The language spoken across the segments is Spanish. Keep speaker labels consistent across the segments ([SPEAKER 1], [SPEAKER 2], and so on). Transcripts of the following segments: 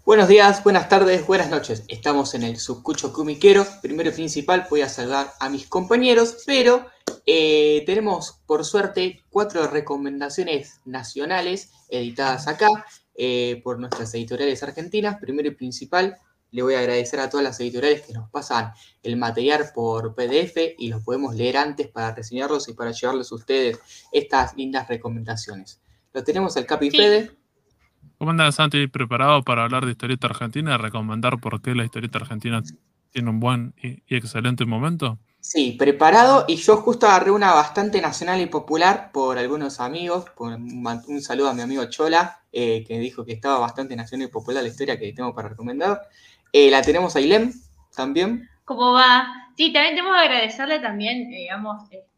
[SPEAKER 1] Buenos días, buenas tardes, buenas noches. Estamos en el Subcucho Cumiquero. Primero y principal voy a saludar a mis compañeros, pero tenemos por suerte 4 recomendaciones nacionales editadas acá por nuestras editoriales argentinas. Primero y principal, le voy a agradecer a todas las editoriales que nos pasan el material por PDF y los podemos leer antes para reseñarlos y para llevarles a ustedes estas lindas recomendaciones. Lo tenemos al Capi
[SPEAKER 2] Sí,
[SPEAKER 1] Fede.
[SPEAKER 3] ¿Cómo andas, Santi? ¿Preparado para hablar de historieta argentina y recomendar por qué la historieta argentina tiene un buen y excelente momento?
[SPEAKER 1] Sí, preparado, y yo justo agarré una bastante nacional y popular por algunos amigos, un saludo a mi amigo Chola, que dijo que estaba bastante nacional y popular la historia que tengo para recomendar. La tenemos a Ilem también.
[SPEAKER 2] ¿cómo va? Sí, también tenemos que agradecerle también, digamos,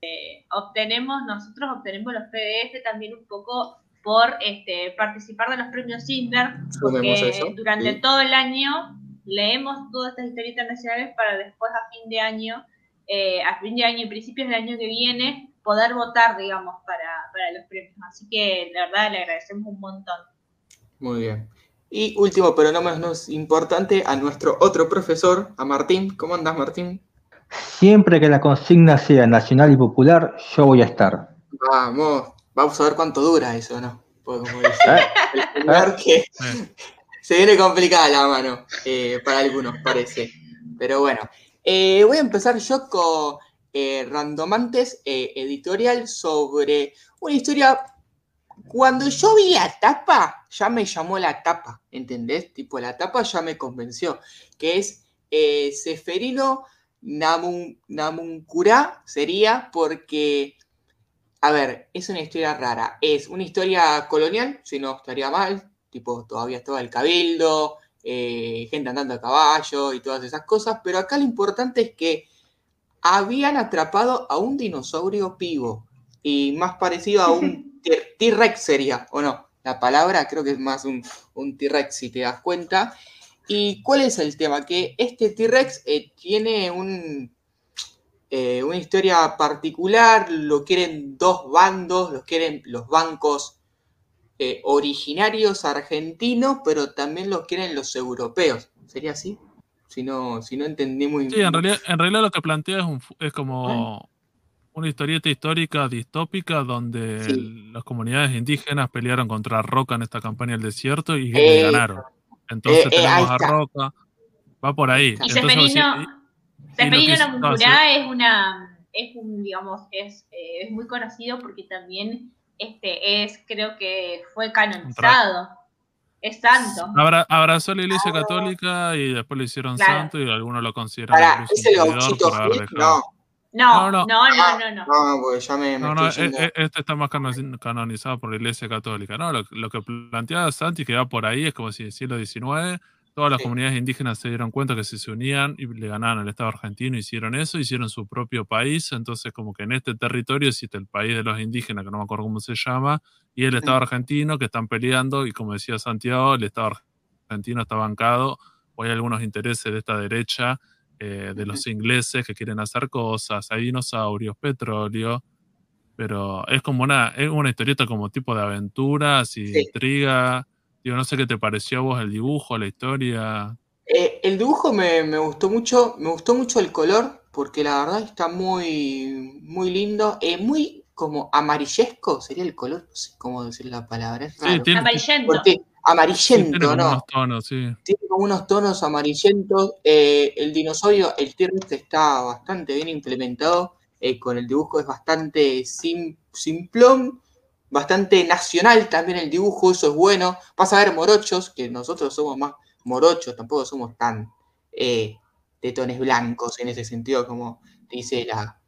[SPEAKER 2] nosotros obtenemos los PDF también un poco por participar de los premios Cinder,
[SPEAKER 1] Sumemos eso.
[SPEAKER 2] porque durante
[SPEAKER 1] Sí.
[SPEAKER 2] todo el año leemos todas estas historietas nacionales para después a fin de año y principios del año que viene, poder votar, digamos, para los premios. Así que, la verdad, le agradecemos un montón.
[SPEAKER 1] Muy bien. Y último, pero no menos importante, a nuestro otro profesor, a Martín. ¿Cómo andas, Martín?
[SPEAKER 4] Siempre que la consigna sea nacional y popular, yo voy a estar.
[SPEAKER 1] Vamos a ver cuánto dura eso, ¿no? Porque como dice el señor que se viene complicada la mano, para algunos parece. Pero bueno, voy a empezar yo con Randomantes editorial sobre una historia. Cuando yo vi la tapa, ya me llamó la tapa, ¿entendés? Tipo, la tapa ya me convenció, que es Seferino Namuncurá, sería porque, a ver, es una historia rara, es una historia colonial, si no estaría mal, tipo, todavía estaba el cabildo, gente andando a caballo y todas esas cosas, pero acá lo importante es que habían atrapado a un dinosaurio vivo y más parecido a un T-Rex sería, ¿o no? La palabra creo que es más un T-Rex si te das cuenta. ¿Y cuál es el tema? Que este T-Rex tiene una historia particular, lo quieren dos bandos, los quieren los bancos originarios argentinos, pero también los quieren los europeos. ¿Sería así? Si no entendí muy...
[SPEAKER 3] Sí, en realidad lo que plantea es como una historieta histórica distópica donde
[SPEAKER 1] Sí.
[SPEAKER 3] las comunidades indígenas pelearon contra Roca en esta campaña del desierto y le
[SPEAKER 1] Eh,
[SPEAKER 3] ganaron. Entonces
[SPEAKER 1] ahí
[SPEAKER 3] tenemos a
[SPEAKER 1] está.
[SPEAKER 3] Roca, va por
[SPEAKER 1] Ahí
[SPEAKER 3] ahí.
[SPEAKER 1] está.
[SPEAKER 2] Y
[SPEAKER 3] Entonces, y lo que
[SPEAKER 2] Seferino
[SPEAKER 3] hizo,
[SPEAKER 2] Namuncurá es muy conocido porque también creo que fue
[SPEAKER 3] un tra-
[SPEAKER 2] canonizado. Es santo.
[SPEAKER 3] abrazó la iglesia católica y después lo hicieron
[SPEAKER 2] Claro.
[SPEAKER 3] santo y algunos lo consideran
[SPEAKER 1] Para,
[SPEAKER 3] incluso
[SPEAKER 1] ¿es
[SPEAKER 3] un
[SPEAKER 1] el
[SPEAKER 3] traidor
[SPEAKER 1] gauchito
[SPEAKER 3] por haber
[SPEAKER 1] Gil?
[SPEAKER 3] dejado.
[SPEAKER 1] No.
[SPEAKER 3] No,
[SPEAKER 2] No,
[SPEAKER 3] no,
[SPEAKER 2] no, no, no, no.
[SPEAKER 1] No, porque ya me
[SPEAKER 3] no,
[SPEAKER 1] estoy
[SPEAKER 3] no,
[SPEAKER 1] yendo.
[SPEAKER 3] este está más canonizado por la Iglesia Católica. No, lo que planteaba Santi, que va por ahí, es como si en el siglo XIX todas las
[SPEAKER 1] Sí.
[SPEAKER 3] comunidades indígenas se dieron cuenta que si se unían y le ganaban al Estado argentino, hicieron eso, hicieron su propio país. Entonces, como que en este territorio existe el país de los indígenas, que no me acuerdo cómo se llama, y el Estado argentino, que están peleando, y como decía Santiago, el Estado argentino está bancado, o hay algunos intereses de esta derecha, de los ingleses que quieren hacer cosas, hay dinosaurios, petróleo, pero es una historieta como tipo de aventuras y de
[SPEAKER 1] Sí.
[SPEAKER 3] intriga. Digo, no sé qué te pareció a vos el dibujo, la historia.
[SPEAKER 1] El dibujo me gustó mucho el color, porque la verdad está muy, muy lindo, muy como amarillesco, sería el color, no sé cómo decir la palabra, es
[SPEAKER 3] Sí,
[SPEAKER 1] raro.
[SPEAKER 2] Amarillento.
[SPEAKER 1] Porque
[SPEAKER 3] sí, tiene
[SPEAKER 1] amarillento,
[SPEAKER 3] como
[SPEAKER 1] ¿no?
[SPEAKER 3] unos tonos, sí.
[SPEAKER 1] Tiene como unos tonos amarillentos. El dinosaurio, el T-Rex está bastante bien implementado. Con el dibujo es bastante simplón, bastante nacional también el dibujo, eso es bueno. Vas a ver morochos, que nosotros somos más morochos, tampoco somos tan tetones blancos en ese sentido, como dice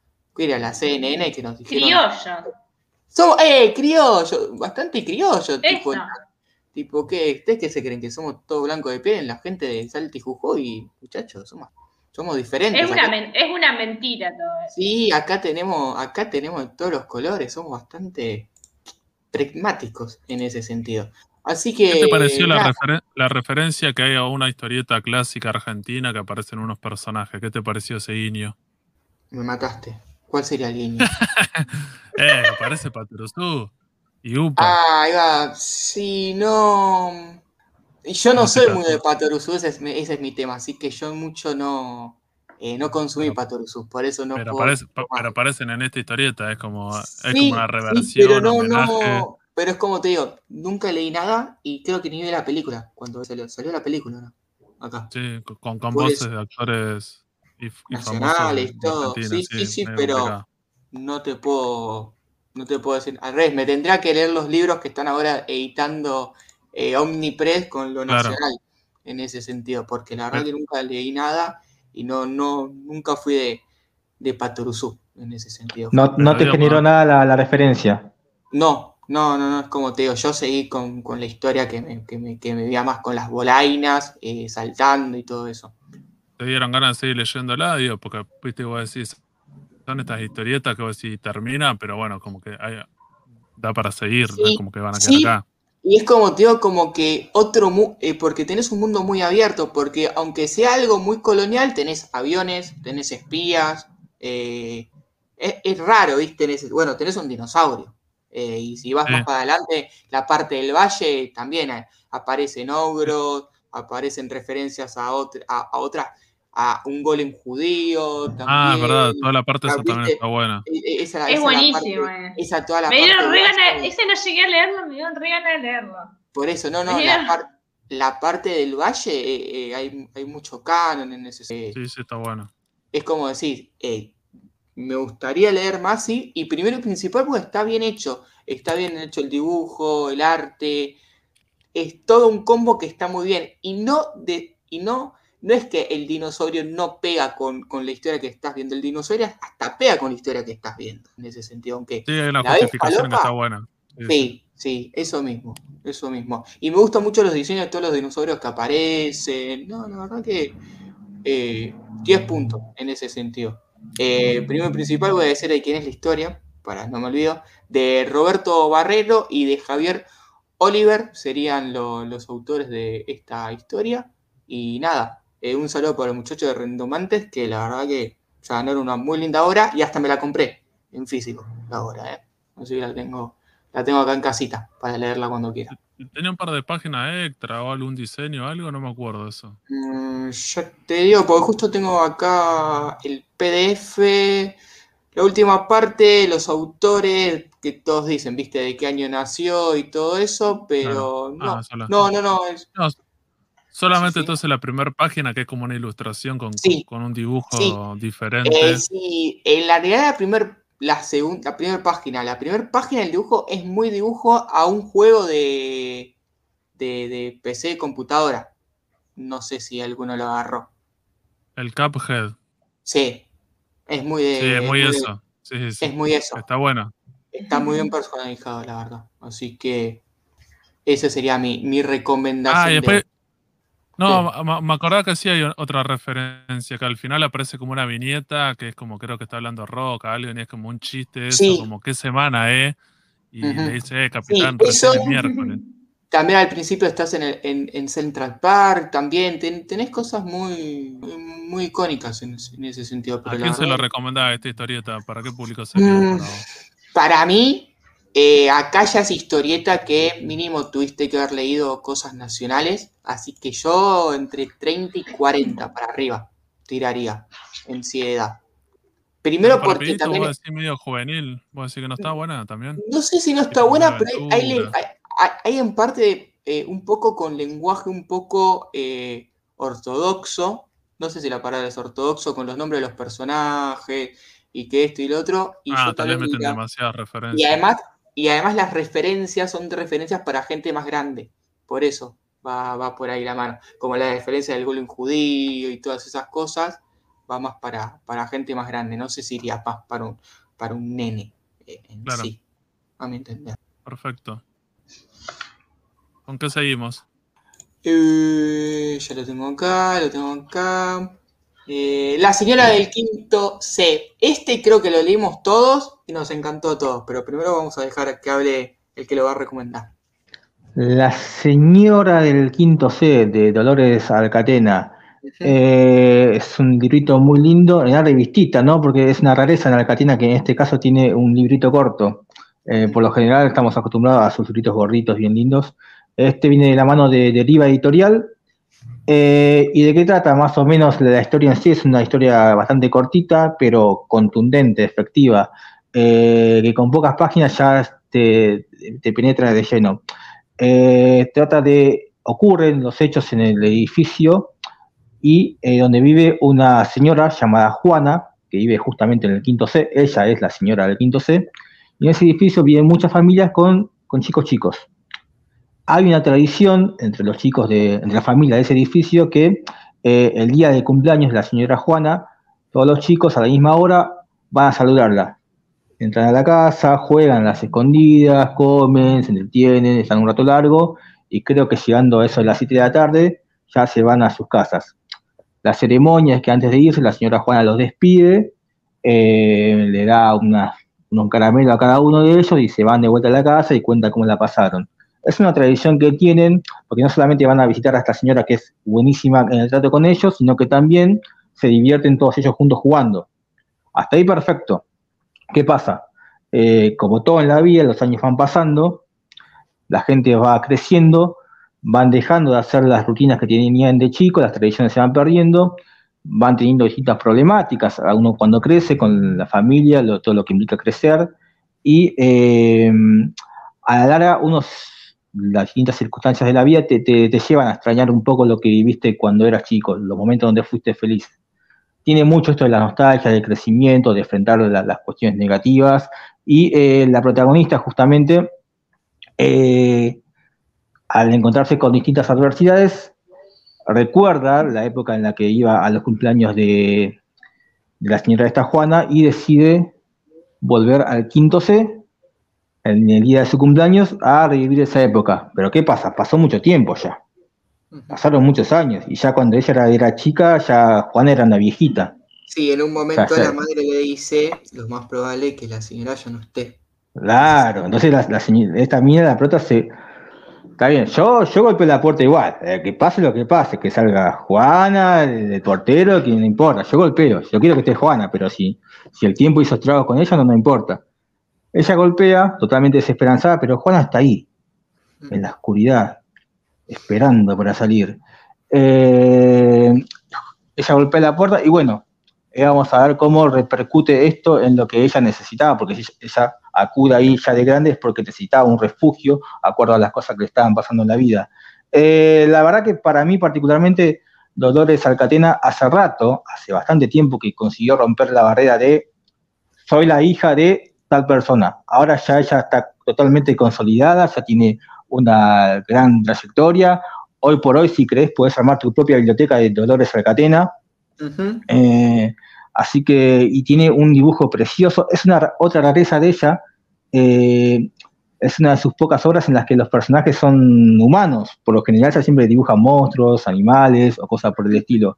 [SPEAKER 1] la CNN que nos dijeron.
[SPEAKER 2] Criollo.
[SPEAKER 1] Somos, criollo, bastante criollo, tipo,
[SPEAKER 2] Eso.
[SPEAKER 1] ¿qué? ¿Ustedes qué se creen? ¿Que somos todo blanco de piel? La gente de Salta y Jujuy, muchachos, somos diferentes.
[SPEAKER 2] Es una mentira todo eso.
[SPEAKER 1] Sí, acá tenemos todos los colores, somos bastante pragmáticos en ese sentido. Así
[SPEAKER 3] ¿Qué te pareció
[SPEAKER 1] que, nada,
[SPEAKER 3] la referencia que hay a una historieta clásica argentina que aparecen unos personajes? ¿Qué te pareció ese guiño?
[SPEAKER 1] me mataste. ¿Cuál sería el guiño?
[SPEAKER 3] Aparece Patrusú y Upa.
[SPEAKER 1] Ah, ahí va. Sí, no. Yo no soy muy de
[SPEAKER 3] Música.
[SPEAKER 1] Patoruzú, ese es mi tema, así que yo mucho no consumí
[SPEAKER 3] Pero,
[SPEAKER 1] Patoruzú, por eso no
[SPEAKER 3] pero,
[SPEAKER 1] puedo
[SPEAKER 3] pero
[SPEAKER 1] tomar.
[SPEAKER 3] aparecen en esta historieta, es como una
[SPEAKER 1] Sí, pero
[SPEAKER 3] reversión, homenaje.
[SPEAKER 1] pero es como te digo, nunca leí nada y creo que ni vi la película, cuando salió la película, ¿no? Acá.
[SPEAKER 3] Sí, con
[SPEAKER 1] Por
[SPEAKER 3] voces
[SPEAKER 1] eso,
[SPEAKER 3] de actores y famosos
[SPEAKER 1] nacionales,
[SPEAKER 3] de
[SPEAKER 1] todo.
[SPEAKER 3] Argentina,
[SPEAKER 1] Sí,
[SPEAKER 3] sí,
[SPEAKER 1] sí, sí,
[SPEAKER 3] medio
[SPEAKER 1] pero
[SPEAKER 3] complicado.
[SPEAKER 1] no te puedo, no te puedo decir. Al revés, me tendrá que leer los libros que están ahora editando Omnipress con lo
[SPEAKER 3] Claro.
[SPEAKER 1] nacional, en ese sentido, porque la verdad
[SPEAKER 3] Pero,
[SPEAKER 1] que nunca leí nada y nunca fui de Patoruzú, en ese sentido.
[SPEAKER 4] No
[SPEAKER 3] pero
[SPEAKER 4] te generó
[SPEAKER 3] digamos,
[SPEAKER 4] nada la referencia.
[SPEAKER 1] No, es como te digo, yo seguí con la historia que me veía más con las bolainas, saltando y todo eso.
[SPEAKER 3] te dieron ganas de seguir leyéndola, digo, porque, viste, vos decís, son estas historietas que vos decís terminan, pero bueno, como que da para seguir, no es
[SPEAKER 1] Sí,
[SPEAKER 3] como que van a quedar
[SPEAKER 1] sí,
[SPEAKER 3] acá.
[SPEAKER 1] y es como te digo, como que porque tenés un mundo muy abierto, porque aunque sea algo muy colonial, tenés aviones, tenés espías, es raro, ¿viste? Bueno, tenés un dinosaurio, y si vas
[SPEAKER 3] Sí.
[SPEAKER 1] más para adelante, la parte del valle también aparecen ogros, aparecen referencias a otras, a un golem judío
[SPEAKER 3] Ah, es
[SPEAKER 1] también,
[SPEAKER 3] verdad, toda la parte esa también está
[SPEAKER 1] ¿viste?
[SPEAKER 3] buena.
[SPEAKER 1] Esa
[SPEAKER 2] Es
[SPEAKER 1] es la
[SPEAKER 2] buenísimo.
[SPEAKER 1] parte, esa toda la
[SPEAKER 2] Me
[SPEAKER 1] parte
[SPEAKER 2] dieron
[SPEAKER 1] del
[SPEAKER 2] re ganas,
[SPEAKER 1] valle.
[SPEAKER 2] ese no llegué a leerlo, me dieron re ganas de leerlo.
[SPEAKER 1] Por eso,
[SPEAKER 2] Me dieron-
[SPEAKER 1] la parte del valle, hay mucho canon en ese sentido.
[SPEAKER 3] Sí, sí, está buena.
[SPEAKER 1] Es como decir, me gustaría leer más, sí, y primero y principal porque está bien hecho el dibujo, el arte, es todo un combo que está muy bien, no es que el dinosaurio no pega con la historia que estás viendo, el dinosaurio hasta pega con la historia que estás viendo, en ese sentido, aunque
[SPEAKER 3] Sí, hay una
[SPEAKER 1] la ves
[SPEAKER 3] justificación que está
[SPEAKER 1] falopa.
[SPEAKER 3] buena. Sí, sí.
[SPEAKER 1] Sí, eso mismo, eso mismo. Y me gustan mucho los diseños de todos los dinosaurios que aparecen. No, la verdad que 10 puntos en ese sentido. Primero y principal voy a decir de quién es la historia, para no me olvido, de Roberto Barrero y de Javier Oliver, serían los autores de esta historia. Y nada, un saludo para los muchachos de Rendomantes, que la verdad que se ganaron una muy linda obra y hasta me la compré en físico, la obra, Así que la tengo acá en casita para leerla cuando quiera.
[SPEAKER 3] Tenía un par de páginas extra o algún diseño o algo, no me acuerdo de eso.
[SPEAKER 1] Yo te digo, porque justo tengo acá el PDF, la última parte, los autores, que todos dicen, viste, de qué año nació y todo eso,
[SPEAKER 3] Claro.
[SPEAKER 1] pero
[SPEAKER 3] Ah,
[SPEAKER 1] no,
[SPEAKER 3] no,
[SPEAKER 1] sí,
[SPEAKER 3] solamente
[SPEAKER 1] sí.
[SPEAKER 3] entonces la primera página, que es como una ilustración
[SPEAKER 1] Sí,
[SPEAKER 3] con un
[SPEAKER 1] sí,
[SPEAKER 3] dibujo diferente.
[SPEAKER 1] sí, en la realidad la primera página del dibujo es muy dibujo a un juego de PC de computadora. No sé si alguno lo agarró.
[SPEAKER 3] El Cuphead.
[SPEAKER 1] Sí, es muy
[SPEAKER 3] Sí, es
[SPEAKER 1] de,
[SPEAKER 3] muy eso. Sí, sí,
[SPEAKER 1] es
[SPEAKER 3] sí.
[SPEAKER 1] muy eso.
[SPEAKER 3] Está buena.
[SPEAKER 1] Está muy bien personalizado, la verdad. Así que esa sería mi
[SPEAKER 3] Ah, y
[SPEAKER 1] recomendación
[SPEAKER 3] después. No,
[SPEAKER 1] sí.
[SPEAKER 3] me acordaba que sí hay otra referencia, que al final aparece como una viñeta, que es como creo que está hablando Roca, alguien, y es como un chiste eso,
[SPEAKER 1] Sí,
[SPEAKER 3] como qué semana, y le
[SPEAKER 1] ujú.
[SPEAKER 3] dice,
[SPEAKER 1] Sí,
[SPEAKER 3] capitán,
[SPEAKER 1] eso
[SPEAKER 3] recién es miércoles.
[SPEAKER 1] también al principio estás en Central Park, también tenés cosas muy icónicas en ese sentido,
[SPEAKER 3] ¿A
[SPEAKER 1] pero la
[SPEAKER 3] quién se
[SPEAKER 1] verdad
[SPEAKER 3] lo recomendaba esta historieta? ¿Para qué público sería
[SPEAKER 1] mm,
[SPEAKER 3] para vos?
[SPEAKER 1] para mí, acá ya es historieta que mínimo tuviste que haber leído cosas nacionales, así que yo entre 30 y 40 para arriba tiraría en sí de edad.
[SPEAKER 3] Pero
[SPEAKER 1] Primero
[SPEAKER 3] para
[SPEAKER 1] porque
[SPEAKER 3] pibitos vos
[SPEAKER 1] también,
[SPEAKER 3] decís medio juvenil, vos decís que no está buena también,
[SPEAKER 1] no sé si no está
[SPEAKER 3] tipo muy
[SPEAKER 1] buena, pero
[SPEAKER 3] aventura.
[SPEAKER 1] hay en parte un poco con lenguaje un poco ortodoxo, no sé si la palabra es ortodoxo, con los nombres de los personajes y que esto y lo otro, y
[SPEAKER 3] Ah,
[SPEAKER 1] yo tal
[SPEAKER 3] tal
[SPEAKER 1] vez
[SPEAKER 3] vez meten
[SPEAKER 1] diría,
[SPEAKER 3] demasiadas
[SPEAKER 1] y
[SPEAKER 3] referencias.
[SPEAKER 1] además, y además las referencias son referencias para gente más grande, por eso va por ahí la mano, como la referencia del golem judío y todas esas cosas, va más para gente más grande, no sé si iría más para un nene en
[SPEAKER 3] Claro,
[SPEAKER 1] sí, a mi entender.
[SPEAKER 3] perfecto. ¿Con qué seguimos?
[SPEAKER 1] Ya lo tengo acá, lo tengo acá. La señora del quinto C. Este creo que lo leímos todos y nos encantó a todos, pero primero vamos a dejar que hable el que lo va a recomendar.
[SPEAKER 4] La señora del quinto C, de Dolores Alcatena.
[SPEAKER 1] Ujú.
[SPEAKER 4] Es un librito muy lindo, en la revistita, ¿no? Porque es una rareza en Alcatena que en este caso tiene un librito corto. Por lo general estamos acostumbrados a sus libritos gorditos bien lindos. Este viene de la mano de Deriva Editorial. ¿Y de qué trata? Más o menos la historia en sí es una historia bastante cortita, pero contundente, efectiva, que con pocas páginas ya te penetra de lleno. Ocurren los hechos en el edificio y donde vive una señora llamada Juana, que vive justamente en el quinto C, ella es la señora del quinto C, y en ese edificio viven muchas familias con chicos. Hay una tradición entre los chicos entre la familia de ese edificio que el día de cumpleaños de la señora Juana, todos los chicos a la misma hora van a saludarla. Entran a la casa, juegan a las escondidas, comen, se entretienen, están un rato largo y creo que llegando a eso de las 7 de la tarde ya se van a sus casas. La ceremonia es que antes de irse la señora Juana los despide, le da unos caramelos a cada uno de ellos y se van de vuelta a la casa y cuentan cómo la pasaron. Es una tradición que tienen, porque no solamente van a visitar a esta señora que es buenísima en el trato con ellos, sino que también se divierten todos ellos juntos jugando. Hasta ahí perfecto. ¿Qué pasa? Como todo en la vida, los años van pasando, la gente va creciendo, van dejando de hacer las rutinas que tenían de chico, las tradiciones se van perdiendo, van teniendo distintas problemáticas, a uno cuando crece con la familia, todo lo que implica crecer, y a la larga las distintas circunstancias de la vida te llevan a extrañar un poco lo que viviste cuando eras chico, los momentos donde fuiste feliz. Tiene mucho esto de la nostalgia, del crecimiento, de enfrentar las cuestiones negativas, y la protagonista justamente, al encontrarse con distintas adversidades, recuerda la época en la que iba a los cumpleaños de la señora esta Juana y decide volver al quinto C en el día de su cumpleaños a revivir esa época. Pero ¿qué pasa? Pasó mucho tiempo ya. Pasaron muchos años y ya cuando ella era chica, ya Juana era una viejita.
[SPEAKER 1] Sí, en un momento la madre le dice, lo más probable es que la señora ya no esté.
[SPEAKER 4] Claro, entonces esta mina, la prota, está bien, yo golpeo la puerta igual, que pase lo que pase, que salga Juana, el portero, que no importa, yo golpeo, yo quiero que esté Juana, pero si el tiempo hizo estragos con ella, no importa. Ella golpea, totalmente desesperanzada, pero Juana está ahí, en la oscuridad, esperando para salir. Ella golpea la puerta y bueno, vamos a ver cómo repercute esto en lo que ella necesitaba, porque ella acude ahí ya de grande es porque necesitaba un refugio, acuerdo a las cosas que le estaban pasando en la vida. La verdad que para mí particularmente, Dolores Alcatena hace bastante tiempo que consiguió romper la barrera de soy la hija de tal persona. Ahora ya ella está totalmente consolidada, ya tiene una gran trayectoria. Hoy por hoy, si querés, podés armar tu propia biblioteca de Dolores Alcatena. Uh-huh. Así que, y tiene un dibujo precioso. Es otra rareza de ella. Es una de sus pocas obras en las que los personajes son humanos. Por lo general, ella siempre dibuja monstruos, animales o cosas por el estilo.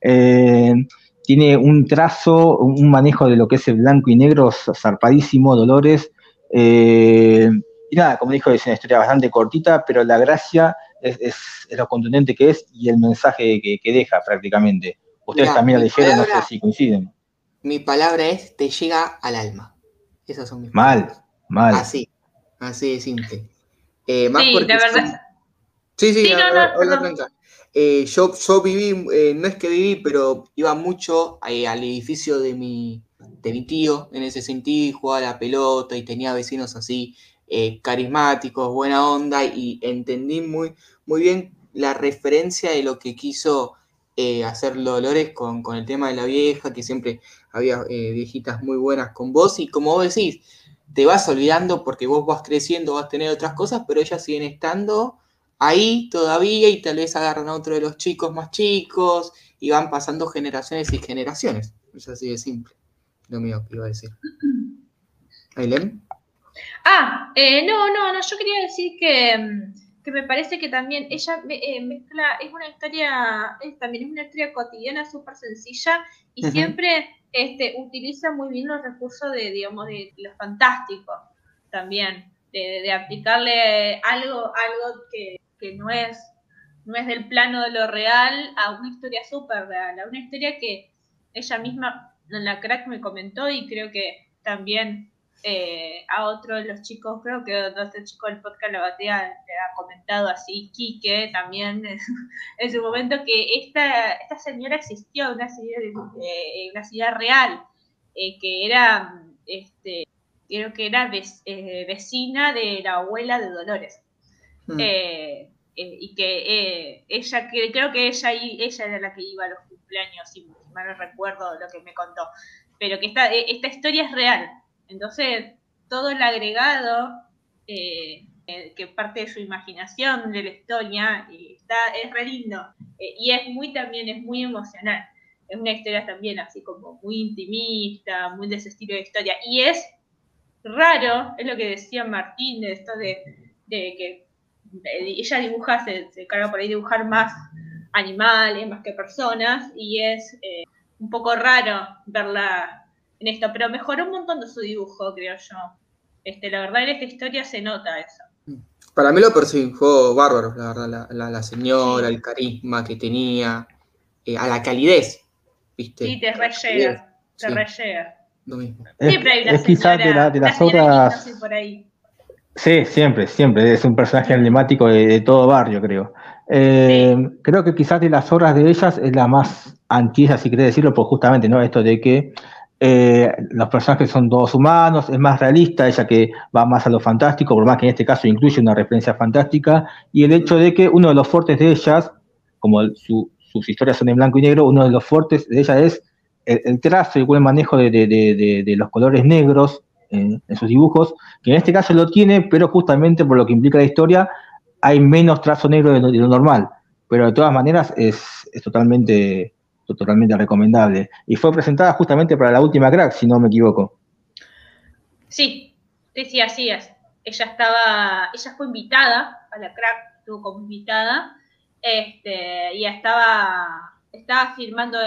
[SPEAKER 4] Tiene un trazo, un manejo de lo que es el blanco y negro zarpadísimo, Dolores. Y nada, como dijo, es una historia bastante cortita, pero la gracia es lo contundente que es y el mensaje que deja prácticamente. Ustedes también la leyeron, no sé si coinciden.
[SPEAKER 1] Mi palabra es, te llega al alma. Esas son mis
[SPEAKER 4] palabras. Mal.
[SPEAKER 1] Así de simple.
[SPEAKER 2] Más sí, porque de verdad.
[SPEAKER 1] Sí, no. Yo viví, no es que viví, pero iba mucho al edificio de mi tío, en ese sentido, y jugaba a la pelota y tenía vecinos así, carismáticos, buena onda, y entendí muy, muy bien la referencia de lo que quiso hacer Dolores con el tema de la vieja, que siempre había viejitas muy buenas con vos, y como vos decís, te vas olvidando porque vos vas creciendo, vas a tener otras cosas, pero ellas siguen estando ahí todavía y tal vez agarran a otro de los chicos más chicos y van pasando generaciones y generaciones. Es así de simple. Lo mío que iba a decir. ¿Ailem?
[SPEAKER 2] No, yo quería decir que me parece que también ella mezcla, es una historia cotidiana súper sencilla y uh-huh. Siempre utiliza muy bien los recursos de lo fantástico también, de aplicarle algo que no es del plano de lo real a una historia súper real, a una historia que ella misma en la crack me comentó y creo que también a otro de los chicos, creo que otro chico del podcast le ha comentado así, Quique también en su momento, que esta señora existió, una ciudad real, que era, creo que era vecina de la abuela de Dolores. Y que ella, creo que ella era la que iba a los cumpleaños, si mal no recuerdo lo que me contó, pero que esta historia es real. Entonces, todo el agregado, que parte de su imaginación de la historia, es re lindo. Y es muy emocional. Es una historia también así como muy intimista, muy de ese estilo de historia. Y es raro, es lo que decía Martín, de esto de que ella dibuja, se encarga por ahí de dibujar más animales, más que personas, y es un poco raro verla en esto, pero mejoró un montón de su dibujo, creo yo. La verdad, en esta historia se nota eso.
[SPEAKER 1] Para mí lo personificó bárbaro, la verdad, la señora,
[SPEAKER 2] Sí.
[SPEAKER 1] el carisma que tenía, a la calidez, ¿viste?
[SPEAKER 2] Sí, te re llega, te re llega.
[SPEAKER 1] Lo mismo.
[SPEAKER 2] Siempre hay una
[SPEAKER 4] Es quizás
[SPEAKER 2] señora,
[SPEAKER 4] de
[SPEAKER 2] una
[SPEAKER 4] las
[SPEAKER 2] señora
[SPEAKER 4] obras.
[SPEAKER 2] Quinto por ahí.
[SPEAKER 4] Sí, siempre, es un personaje emblemático de todo barrio, creo.
[SPEAKER 2] Sí.
[SPEAKER 4] Creo que quizás de las obras de ellas es la más antigua, si querés decirlo, pues justamente, ¿no? Esto de que los personajes son todos humanos, es más realista, ella que va más a lo fantástico, por más que en este caso incluye una referencia fantástica, y el hecho de que uno de los fuertes de ellas, como sus historias son en blanco y negro, uno de los fuertes de ella es el trazo y el buen manejo de los colores negros en sus dibujos, que en este caso lo tiene, pero justamente por lo que implica la historia, hay menos trazo negro de lo normal. Pero de todas maneras es totalmente recomendable. Y fue presentada justamente para la última Crack, si no me equivoco.
[SPEAKER 2] Sí, así es. Ella fue invitada a la Crack, estuvo como invitada, y estaba firmando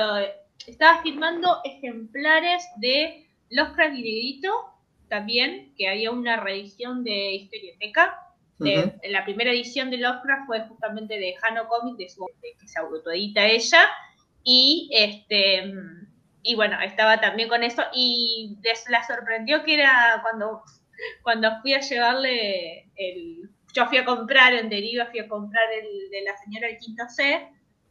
[SPEAKER 2] ejemplares de Los Crack y Negrito, también, que había una reedición de Historieteca. La primera edición de Lovecraft fue justamente de Hano Comics, que se autoedita ella, y bueno, estaba también con eso, y la sorprendió que era cuando fui a llevarle yo fui a comprar en Deriva, fui a comprar el de la señora del Quinto C,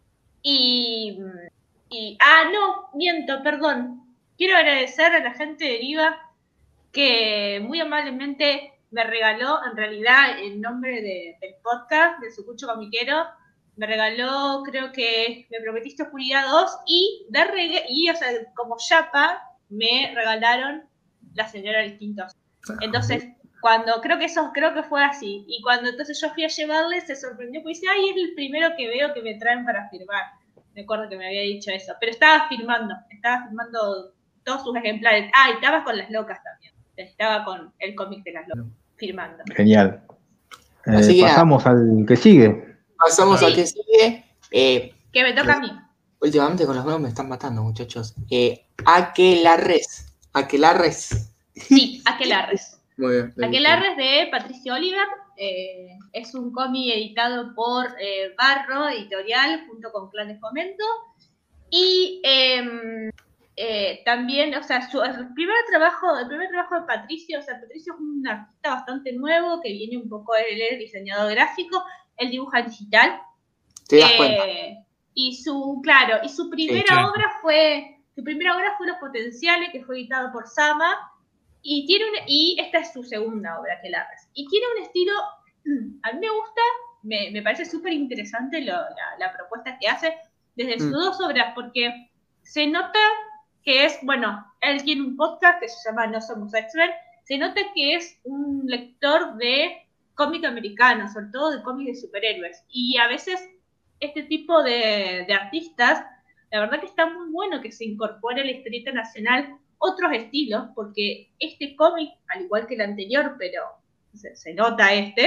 [SPEAKER 2] no, miento, perdón, quiero agradecer a la gente de Deriva que muy amablemente me regaló, en realidad, en nombre del podcast, de Sucucho Comiquero, me regaló, creo que Me Prometiste Oscuridad 2, o sea, como chapa, me regalaron La Señora del Quinto. Entonces, creo que fue así, y cuando entonces yo fui a llevarle, se sorprendió, porque dice, ay, es el primero que veo que me traen para firmar. Me acuerdo que me había dicho eso, pero estaba firmando todos sus ejemplares. Y estaba con Las Locas también. Estaba con el cómic de Las Locas, firmando.
[SPEAKER 4] Genial.
[SPEAKER 1] Así que
[SPEAKER 4] pasamos al que sigue.
[SPEAKER 1] Pasamos al que sigue.
[SPEAKER 2] Que me toca a mí.
[SPEAKER 1] Últimamente con los juegos me están matando, muchachos. Aquelarres.
[SPEAKER 2] Sí, Aquelarres.
[SPEAKER 1] Muy bien.
[SPEAKER 2] Aquelarres de Patricio Oliver. Es un cómic editado por Barro Editorial junto con Clan de Fomento. Y también, o sea, el primer trabajo de Patricio, o sea, Patricio es un artista bastante nuevo que viene un poco, él es diseñador gráfico, él dibuja digital.
[SPEAKER 1] Te das cuenta.
[SPEAKER 2] Y su primera obra fue Los Potenciales, que fue editado por Sama, y esta es su segunda obra, Aquelarres. Y tiene un estilo, a mí me gusta, me parece súper interesante la propuesta que hace desde sus dos obras, porque se nota que es, él tiene un podcast que se llama No Somos X-Men, se nota que es un lector de cómic americano, sobre todo de cómics de superhéroes, y a veces este tipo de artistas, la verdad que está muy bueno que se incorpore a la historieta nacional otros estilos, porque este cómic, al igual que el anterior, pero se nota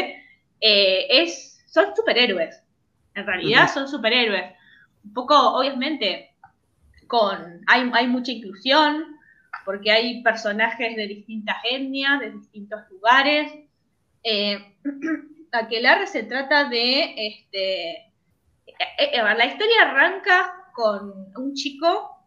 [SPEAKER 2] son superhéroes, en realidad son superhéroes, un poco, obviamente, hay mucha inclusión, porque hay personajes de distintas etnias, de distintos lugares. Aquelarre se trata de la historia arranca con un chico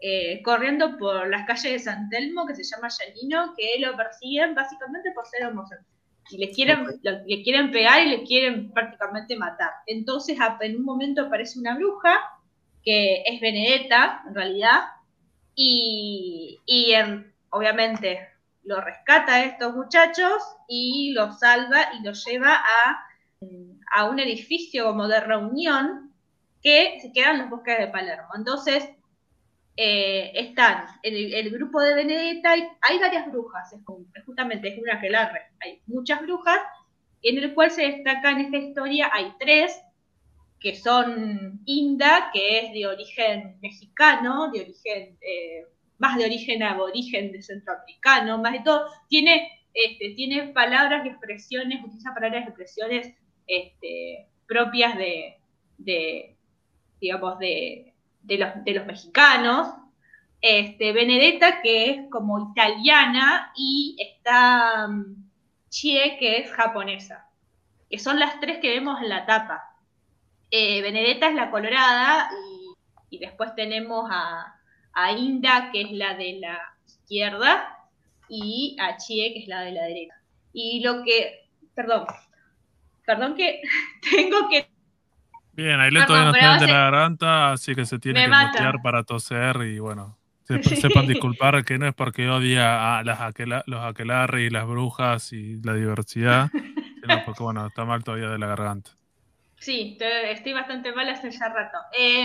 [SPEAKER 2] corriendo por las calles de San Telmo, que se llama Giannino, que lo persiguen básicamente por ser homosexual. Y le quieren pegar y le quieren prácticamente matar. Entonces en un momento aparece una bruja, que es Benedetta, en realidad, y obviamente lo rescata a estos muchachos y los salva y los lleva a un edificio como de reunión que se queda en los bosques de Palermo. Entonces, están el grupo de Benedetta, y hay varias brujas, justamente es una aquelarre, hay muchas brujas, en el cual se destaca en esta historia, hay 3, que son Inda, que es de origen mexicano, de origen, más de origen aborigen de centroamericano, más de todo, tiene palabras y expresiones, utiliza palabras y expresiones propias digamos, de los mexicanos. Benedetta, que es como italiana, y está Chie, que es japonesa, que son las 3 que vemos en la tapa. Benedetta es la colorada, y después tenemos a Inda, que es la de la izquierda, y a Chie, que es la de la derecha. Y perdón que tengo que...
[SPEAKER 3] Bien, Ailén todavía no está bien de la garganta, así que se tiene que mutear para toser y bueno, sepan disculpar que no es porque odia a los aquelarre y las brujas y la diversidad, sino porque bueno, está mal todavía de la garganta.
[SPEAKER 2] Sí, estoy bastante mal hace ya rato.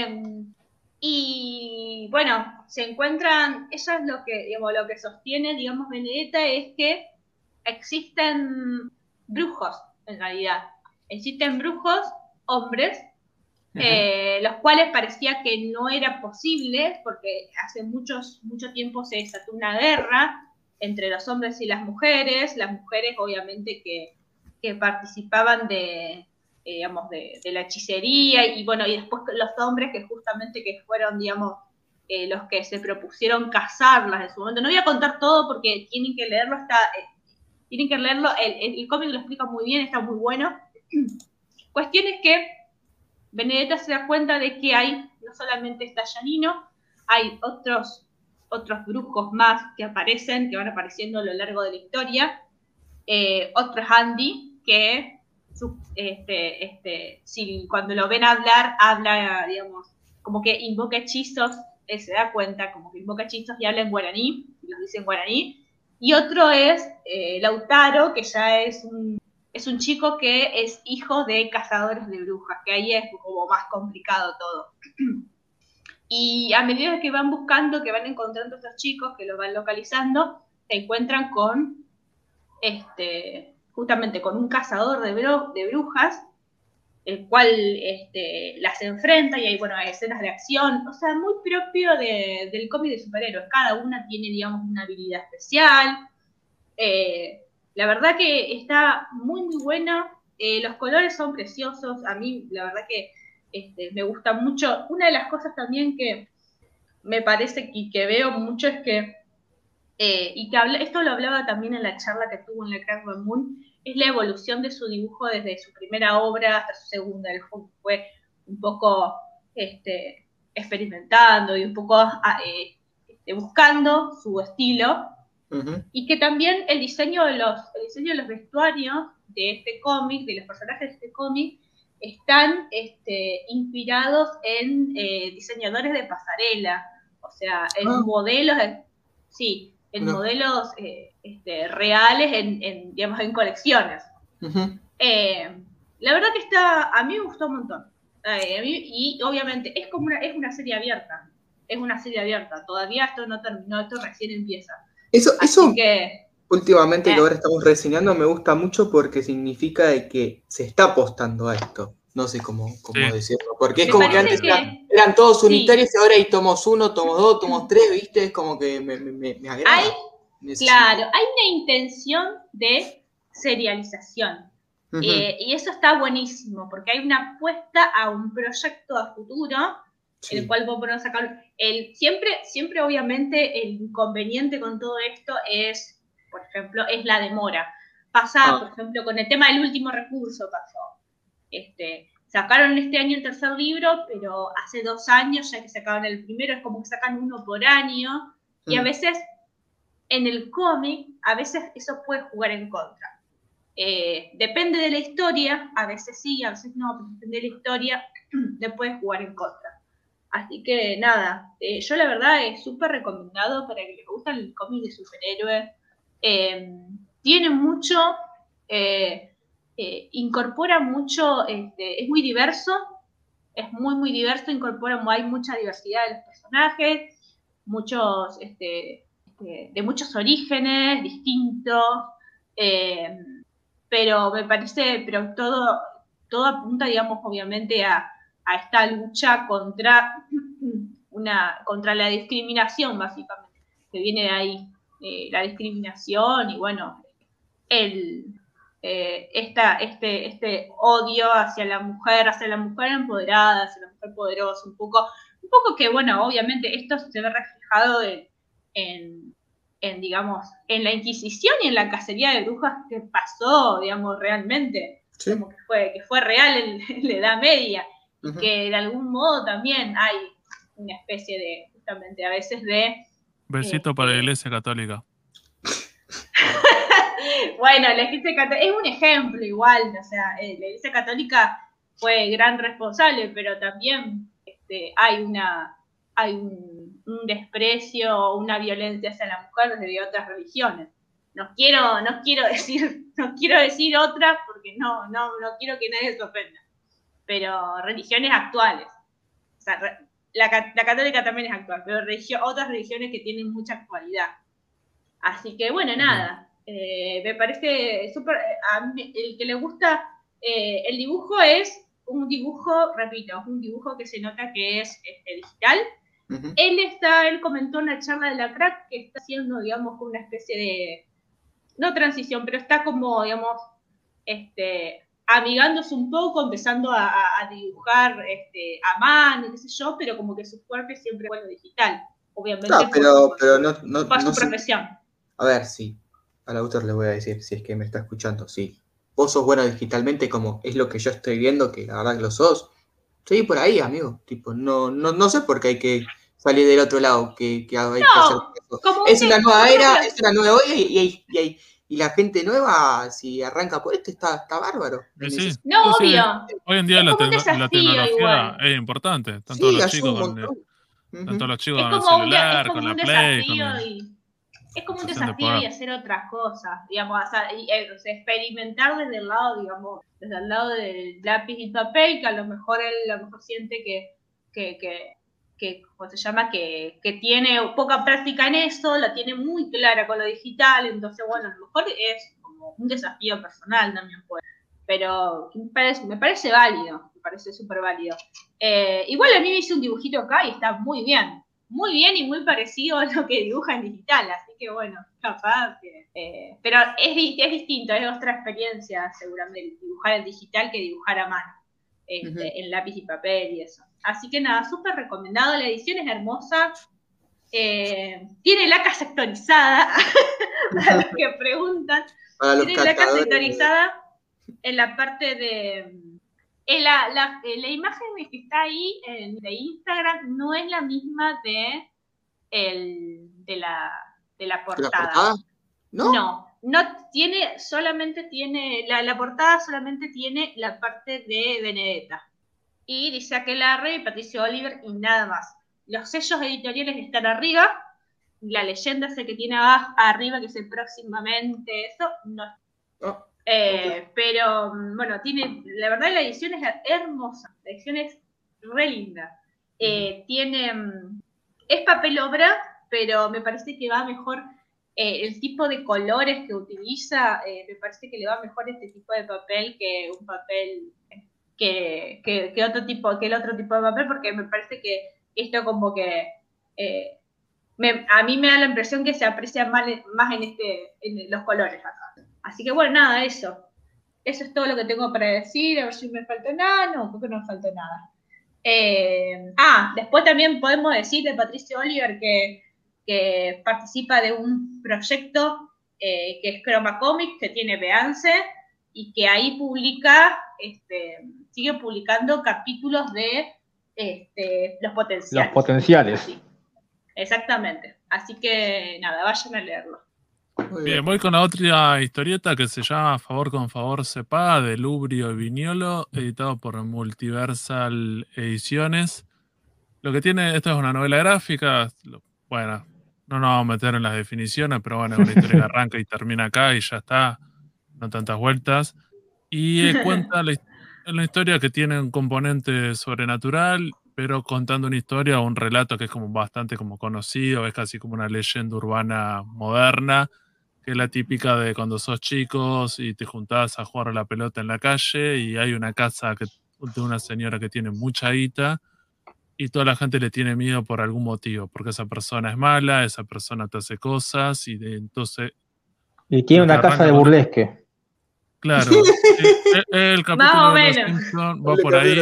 [SPEAKER 2] Y bueno, se encuentran, ella es lo que sostiene, digamos, Benedetta, es que existen brujos, en realidad. Existen brujos, hombres, los cuales parecía que no era posible, porque hace mucho tiempo se desató una guerra entre los hombres y las mujeres obviamente que participaban digamos, de la hechicería, y bueno, y después los hombres que justamente que fueron, digamos, los que se propusieron cazarlas en su momento. No voy a contar todo porque tienen que leerlo, el cómic lo explica muy bien, está muy bueno. Cuestión es que Benedetta se da cuenta de que no solamente está Giannino, hay otros brujos más que van apareciendo a lo largo de la historia. Otro es Andy, que cuando lo ven habla, digamos, como que invoca hechizos, se da cuenta, como que invoca hechizos y habla en guaraní, los dice en guaraní. Y otro es Lautaro, que ya es un chico que es hijo de cazadores de brujas, que ahí es como más complicado todo. Y a medida que van buscando, que van encontrando a estos chicos, que los van localizando, se encuentran con justamente con un cazador de brujas, el cual las enfrenta, y hay, bueno, hay escenas de acción, o sea, muy propio del cómic de superhéroes. Cada una tiene, digamos, una habilidad especial. La verdad que está muy, muy buena. Los colores son preciosos. A mí, la verdad que me gusta mucho. Una de las cosas también que me parece que veo mucho es que esto lo hablaba también en la charla que tuvo en la Crack Moon, es la evolución de su dibujo desde su primera obra hasta su segunda. Él fue un poco experimentando y un poco buscando su estilo. Uh-huh. Y que también el diseño de los vestuarios de este cómic, de los personajes de este cómic, están inspirados en diseñadores de pasarela, o sea, en modelos modelos reales, digamos, en colecciones. Uh-huh. La verdad que a mí me gustó un montón. Y obviamente es una serie abierta. Es una serie abierta. Todavía esto no terminó, esto recién empieza.
[SPEAKER 1] Eso que, últimamente que ahora estamos reseñando me gusta mucho porque significa de que se está apostando a esto. No sé cómo decirlo. Porque es como que antes eran todos unitarios y ahora hay tomos 1, tomos 2, tomos 3, ¿viste? Es como que me agrada.
[SPEAKER 2] Claro, hay una intención de serialización. Uh-huh. Y eso está buenísimo porque hay una apuesta a un proyecto a futuro. Sí. En el cual podemos sacar siempre obviamente el inconveniente con todo esto es, por ejemplo, es la demora. Pasa, por ejemplo, con el tema del último recurso pasó. sacaron este año el tercer libro, pero hace 2 años ya que sacaron el primero, es como que sacan uno por año, y a veces en el cómic, a veces eso puede jugar en contra. Depende de la historia, a veces sí, a veces no, pero depende de la historia, le puede jugar en contra. Así que nada, yo la verdad es súper recomendado para que les guste el cómic de superhéroes. Tiene mucho, incorpora mucho, es muy diverso, es muy diverso, hay mucha diversidad de los personajes, muchos, de muchos orígenes distintos, pero me parece, pero todo apunta, digamos, obviamente a esta lucha contra la discriminación, básicamente, que viene de ahí, la discriminación y bueno, este odio hacia la mujer empoderada, hacia la mujer poderosa, un poco que, bueno, obviamente esto se ve reflejado digamos, en la Inquisición y en la cacería de brujas que pasó, digamos, realmente, sí, como que fue real en la Edad Media, y que de algún modo también hay una especie de, justamente a veces de...
[SPEAKER 3] Besito para la Iglesia Católica.
[SPEAKER 2] Bueno, la Iglesia Católica es un ejemplo igual, o sea, la Iglesia Católica fue gran responsable, pero también hay un desprecio, una violencia hacia la mujer desde otras religiones. No quiero decir otra porque no quiero que nadie se ofenda, pero religiones actuales. O sea, la católica también es actual, pero otras religiones que tienen mucha actualidad. Así que bueno, nada, me parece súper, el que le gusta el dibujo es un dibujo, repito, un dibujo que se nota que es digital. Él comentó en la charla de la Crack que está haciendo, digamos, como una especie de, no transición, pero está como, digamos, amigándose un poco, empezando a dibujar a mano, qué sé yo, pero como que su fuerte siempre fue lo digital, obviamente.
[SPEAKER 1] No, pero no
[SPEAKER 2] por su profesión.
[SPEAKER 1] A ver, sí, al autor le voy a decir, si es que me está escuchando, sí. Vos sos bueno digitalmente, como es lo que yo estoy viendo, que la verdad que lo sos. Seguí por ahí, amigo. Tipo, no sé por qué hay que salir del otro lado, que hay que hacer eso. Es una nueva era, es una nueva era y la gente nueva, si arranca por esto, está bárbaro.
[SPEAKER 3] Sí.
[SPEAKER 2] No, obvio.
[SPEAKER 3] Hoy en día la tecnología
[SPEAKER 2] igual.
[SPEAKER 3] Es importante. Están
[SPEAKER 1] sí,
[SPEAKER 3] todos los chicos con el celular, con la Play.
[SPEAKER 2] Es como un desafío y hacer otras cosas, digamos, experimentar desde el lado, digamos, desde el lado del lápiz y papel, que a lo mejor él siente que ¿cómo se llama? Que tiene poca práctica en eso, la tiene muy clara con lo digital, entonces, bueno, a lo mejor es como un desafío personal también puede. Pero me parece válido, me parece súper válido. Igual a mí me hizo un dibujito acá y está muy bien y muy parecido a lo que dibuja en digital, así que bueno, capaz que... pero es distinto, es otra experiencia seguramente dibujar en digital que dibujar a mano, en lápiz y papel y eso. Así que nada, súper recomendado, la edición es hermosa, tiene laca sectorizada, para los que preguntan, tiene laca sectorizada en la parte de... La imagen que está ahí de Instagram no es la misma de la portada. ¿No? No tiene, solamente tiene, la portada solamente tiene la parte de Benedetta. Y dice Aquelarre y Patricio Oliver y nada más. Los sellos editoriales están arriba, la leyenda es el que tiene abajo, arriba, que es el próximamente, eso, no. Pero bueno, la verdad la edición es hermosa, la edición es re linda. Es papel obra, pero me parece que va mejor el tipo de colores que utiliza, me parece que le va mejor este tipo de papel que un papel que el otro tipo de papel, porque me parece que esto como que a mí me da la impresión que se aprecia más en los colores acá. Así que bueno, nada, eso es todo lo que tengo para decir. A ver si me falta nada. No, creo que no me falta nada. Después también podemos decir de Patricio Oliver que participa de un proyecto que es Chroma Comics, que tiene Beance, y que ahí publica sigue publicando capítulos de los potenciales.
[SPEAKER 4] Los potenciales.
[SPEAKER 2] Sí, exactamente. Así que nada, vayan a leerlo.
[SPEAKER 3] Bien, voy con la otra historieta que se llama Favor con Favor se paga, de Lubrio y Viñolo, editado por Multiversal Ediciones. Lo que tiene, esto es una novela gráfica, bueno, no nos vamos a meter en las definiciones, pero bueno, es una historia que arranca y termina acá y ya está, no tantas vueltas. Y cuenta la historia que tiene un componente sobrenatural, pero contando una historia o un relato que es como bastante como conocido, es casi como una leyenda urbana moderna, que es la típica de cuando sos chicos y te juntás a jugar a la pelota en la calle y hay una casa de una señora que tiene mucha guita y toda la gente le tiene miedo por algún motivo, porque esa persona es mala, esa persona te hace cosas entonces...
[SPEAKER 4] Y tiene una casa de burlesque.
[SPEAKER 3] Claro, el capítulo de Los Simpsons va por ahí.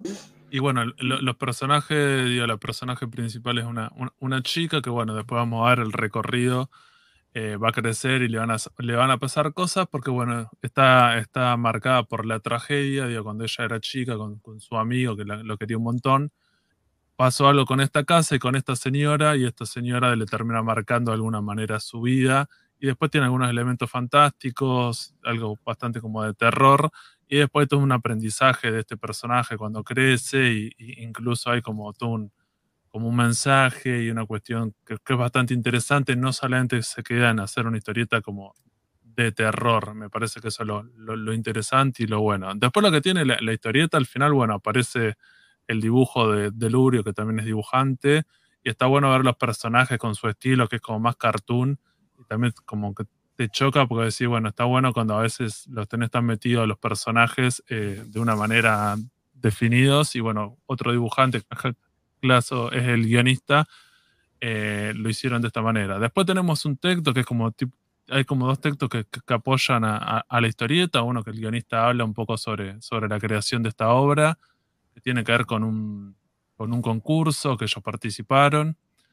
[SPEAKER 3] Y bueno, los personajes, digo, la personaje principal es una chica que, bueno, después vamos a ver el recorrido, va a crecer y le van a pasar cosas porque, bueno, está marcada por la tragedia, digo, cuando ella era chica con su amigo que lo quería un montón, pasó algo con esta casa y con esta señora y esta señora le termina marcando de alguna manera su vida y después tiene algunos elementos fantásticos, algo bastante como de terror y después todo un aprendizaje de este personaje cuando crece y incluso hay como todo como un mensaje y una cuestión que es bastante interesante, no solamente se queda en hacer una historieta como de terror, me parece que eso es lo interesante y lo bueno. Después lo que tiene la historieta, al final, bueno, aparece el dibujo de Lubrio, que también es dibujante, y está bueno ver los personajes con su estilo, que es como más cartoon, y también como que te choca porque decís, bueno, está bueno cuando a veces los tenés tan metidos los personajes de una manera definidos, y bueno, otro dibujante, Claso es el guionista, lo hicieron de esta manera. Después tenemos un texto que es como hay como dos textos que apoyan a la historieta, uno que el guionista habla un poco sobre la creación de esta obra, que tiene que ver con un concurso que ellos participaron,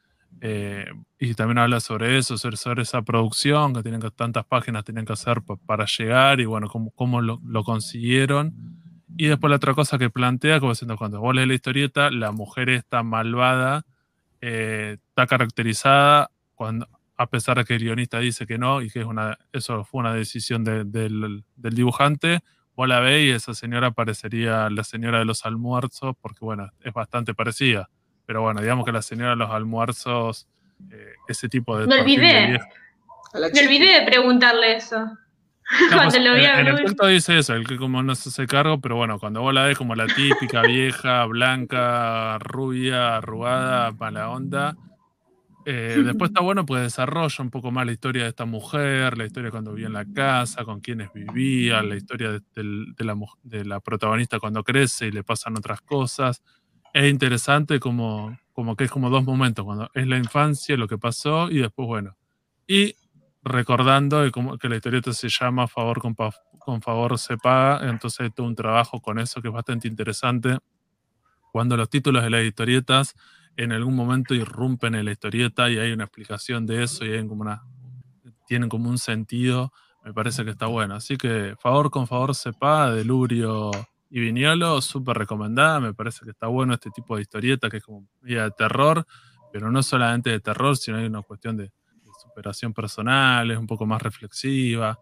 [SPEAKER 3] y también habla sobre eso, sobre esa producción, que tantas páginas tenían que hacer para llegar, y bueno, cómo lo consiguieron. Y después la otra cosa que plantea, como diciendo, cuando vos lees la historieta, la mujer esta malvada está caracterizada a pesar de que el guionista dice que no, y que eso fue una decisión del dibujante. Vos la ves y esa señora parecería la señora de los almuerzos, porque bueno, es bastante parecida. Pero bueno, digamos que la señora de los almuerzos, ese tipo de
[SPEAKER 2] Me
[SPEAKER 3] perfil de
[SPEAKER 2] olvidé.
[SPEAKER 3] vieja.
[SPEAKER 2] Me olvidé de preguntarle eso.
[SPEAKER 3] No,
[SPEAKER 2] Cuando
[SPEAKER 3] pues,
[SPEAKER 2] lo vi
[SPEAKER 3] en el texto dice eso, el que como no se hace cargo, pero bueno, cuando vos la ves como la típica vieja, blanca, rubia, arrugada, mala onda, después está bueno porque desarrolla un poco más la historia de esta mujer, la historia cuando vivía en la casa, con quienes vivía, la historia de la protagonista cuando crece y le pasan otras cosas. Es interesante como que es como dos momentos, cuando es la infancia, lo que pasó, y después, bueno. Y recordando que la historieta se llama Favor con Favor se paga, entonces hay todo un trabajo con eso que es bastante interesante. Cuando los títulos de las historietas en algún momento irrumpen en la historieta y hay una explicación de eso y tienen como un sentido, me parece que está bueno. Así que Favor con Favor se paga, de Lubrio y Viñolo, súper recomendada. Me parece que está bueno este tipo de historieta que es como media de terror, pero no solamente de terror, sino hay una cuestión de superación personal, es un poco más reflexiva,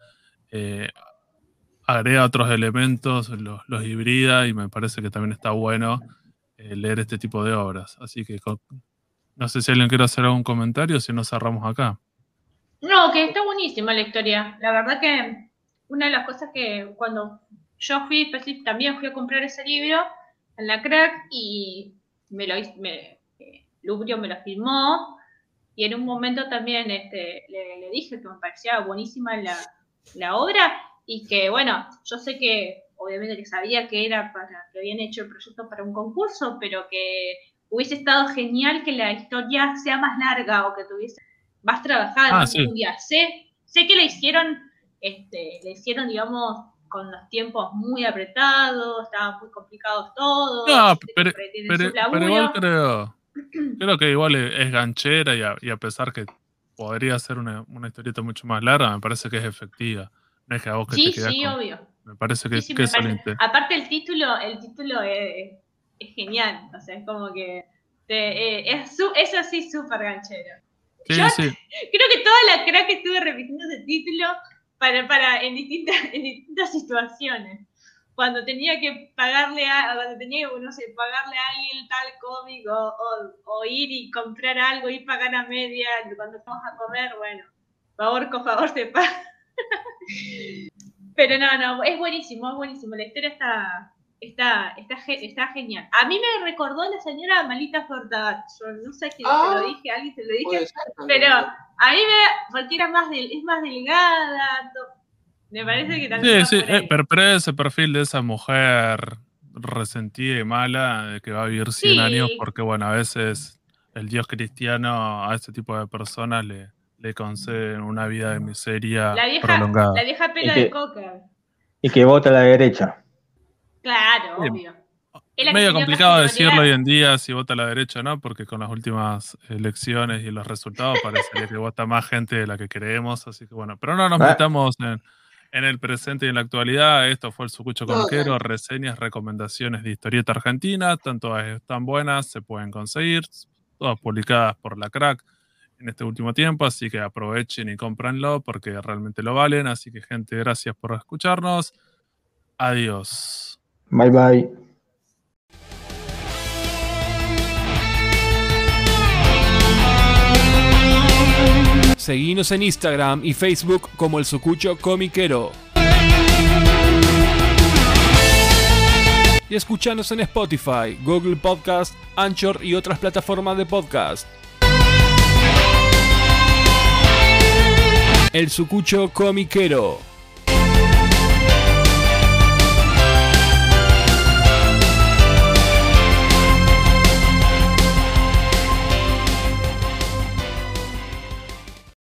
[SPEAKER 3] agrega otros elementos, los hibrida, y me parece que también está bueno leer este tipo de obras. Así que no sé si alguien quiere hacer algún comentario, si no cerramos acá.
[SPEAKER 2] No, que está buenísima la historia. La verdad que una de las cosas que cuando yo también fui a comprar ese libro en la Crack y Lubrio me lo firmó, y en un momento también le dije que me parecía buenísima la obra, y que bueno, yo sé que obviamente que sabía que que habían hecho el proyecto para un concurso, pero que hubiese estado genial que la historia sea más larga o que tuviese más trabajada, más profundidad. Sé que le hicieron, digamos, con los tiempos muy apretados, estaban muy complicados todos.
[SPEAKER 3] No, pero igual creo que igual es ganchera y a pesar que podría ser una historieta mucho más larga, me parece que es efectiva. No es que a vos que te quedás
[SPEAKER 2] obvio.
[SPEAKER 3] Me parece que,
[SPEAKER 2] Sí,
[SPEAKER 3] que
[SPEAKER 2] me
[SPEAKER 3] es
[SPEAKER 2] parece.
[SPEAKER 3] excelente.
[SPEAKER 2] Aparte el título es genial, o sea, es como que es así súper ganchero.
[SPEAKER 3] Sí,
[SPEAKER 2] Yo
[SPEAKER 3] sí.
[SPEAKER 2] creo que toda la crack estuve repitiendo ese título en distintas situaciones. Cuando tenía que pagarle cuando tenía que, no sé, pagarle a alguien tal cómic o ir y comprar algo y pagar a media cuando vamos a comer, bueno, favor con favor se paga. Pero no, es buenísimo. La historia está genial. A mí me recordó la señora Malita Fortabat. Yo no sé quién se lo dije, a alguien se lo dije,
[SPEAKER 1] Puede ser también,
[SPEAKER 2] pero
[SPEAKER 1] ¿no?
[SPEAKER 2] a mí porque es más delgada. Me parece que también
[SPEAKER 3] Sí,
[SPEAKER 2] va
[SPEAKER 3] sí,
[SPEAKER 2] por ahí.
[SPEAKER 3] pero ese perfil de esa mujer resentida y mala que va a vivir 100 años
[SPEAKER 2] Sí,
[SPEAKER 3] porque, bueno, a veces el Dios cristiano a este tipo de personas le concede una vida de miseria
[SPEAKER 2] la
[SPEAKER 3] prolongada.
[SPEAKER 2] vieja pelo
[SPEAKER 4] Y
[SPEAKER 2] de
[SPEAKER 4] que,
[SPEAKER 2] coca.
[SPEAKER 4] y que vota a la derecha.
[SPEAKER 2] Claro,
[SPEAKER 3] Sí,
[SPEAKER 2] obvio. Es
[SPEAKER 3] es
[SPEAKER 2] la que
[SPEAKER 3] medio
[SPEAKER 2] pidió
[SPEAKER 3] complicado decirlo hoy
[SPEAKER 2] castigo
[SPEAKER 3] en día si vota a la derecha, ¿no? Porque con las últimas elecciones y los resultados parecería que vota más gente de la que creemos, así que bueno, pero no nos
[SPEAKER 4] Ah,
[SPEAKER 3] metamos en el presente y en la actualidad. Esto fue el Sucucho
[SPEAKER 1] No,
[SPEAKER 3] Comiquero, reseñas, recomendaciones de historieta argentina, tanto están buenas, se pueden conseguir, todas publicadas por La Crack en este último tiempo, así que aprovechen y cómpranlo porque realmente lo valen, así que gente, gracias por escucharnos. Adiós.
[SPEAKER 4] bye bye.
[SPEAKER 5] Seguinos en Instagram y Facebook como El Sucucho Comiquero. Y escuchanos en Spotify, Google Podcast, Anchor y otras plataformas de podcast. El Sucucho Comiquero.